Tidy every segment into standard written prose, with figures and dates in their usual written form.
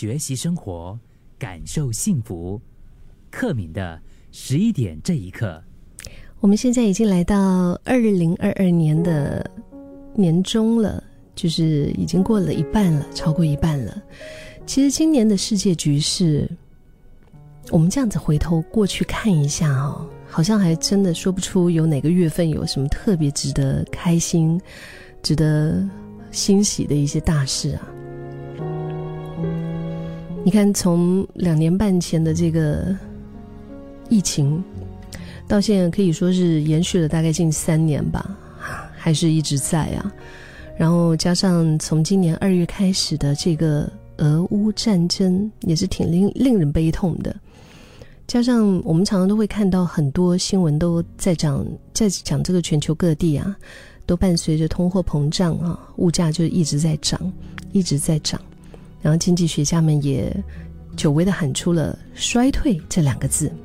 学习生活，感受幸福。克敏的11点这一刻。 我们现在已经来到2022年的年中了，就是已经过了一半了，超过一半了。其实今年的世界局势，我们这样子回头过去看一下哦，好像还真的说不出有哪个月份有什么特别值得开心、值得欣喜的一些大事啊。你看，从2年半前的这个疫情到现在可以说是延续了大概近3年吧，还是一直在啊。然后加上从今年2月开始的这个俄乌战争，也是挺令人悲痛的。加上我们常常都会看到很多新闻都在讲这个全球各地啊，都伴随着通货膨胀啊，物价就一直在涨，一直在涨。然后经济学家们也久违地喊出了衰退这2个字。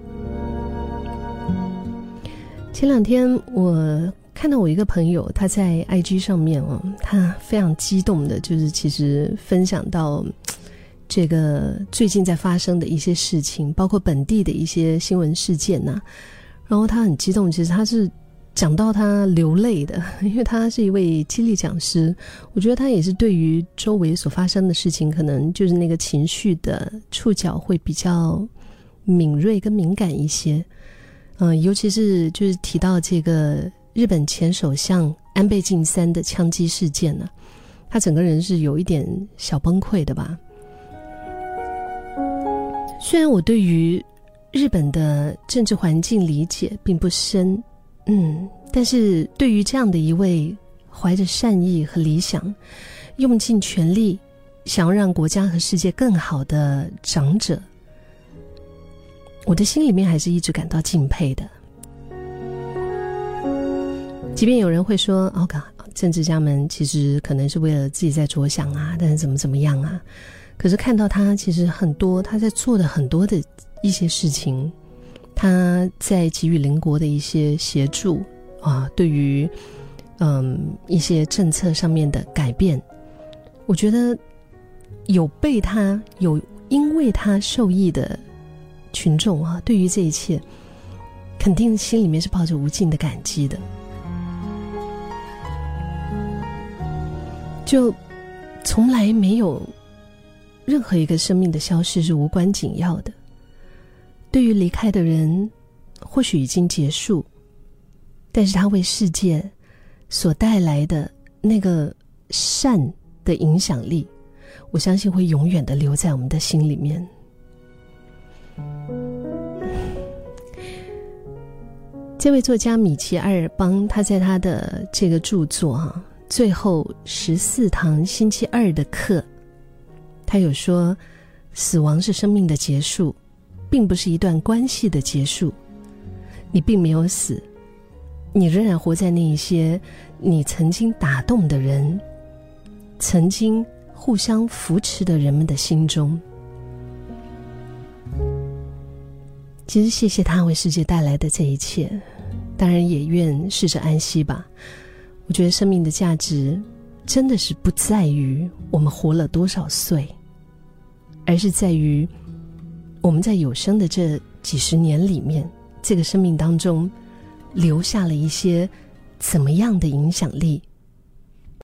前2天我看到我一个朋友，他在 IG 上面哦，他非常激动的，就是其实分享到这个最近在发生的一些事情，包括本地的一些新闻事件啊，然后他很激动，其实他是讲到他流泪的，因为他是一位激励讲师，我觉得他也是对于周围所发生的事情，可能就是那个情绪的触角会比较敏锐跟敏感一些。尤其是就是提到这个日本前首相安倍晋三的枪击事件呢，他整个人是有一点小崩溃的吧。虽然我对于日本的政治环境理解并不深，但是对于这样的一位怀着善意和理想，用尽全力想要让国家和世界更好的长者，我的心里面还是一直感到敬佩的。即便有人会说政治家们其实可能是为了自己在着想啊，但是怎么样啊，可是看到他其实很多他在做的很多的一些事情，他在给予邻国的一些协助啊，对于一些政策上面的改变，我觉得有因为他受益的群众啊，对于这一切肯定心里面是抱着无尽的感激的。就从来没有任何一个生命的消失是无关紧要的，对于离开的人或许已经结束，但是他为世界所带来的那个善的影响力，我相信会永远的留在我们的心里面。这位作家米奇·埃尔邦，他在他的这个著作最后14堂星期二的课，他有说，死亡是生命的结束，并不是一段关系的结束。你并没有死，你仍然活在那一些你曾经打动的人，曾经互相扶持的人们的心中。其实谢谢他为世界带来的这一切，当然也愿逝者安息吧。我觉得生命的价值真的是不在于我们活了多少岁，而是在于我们在有生的这几十年里面，这个生命当中留下了一些怎么样的影响力，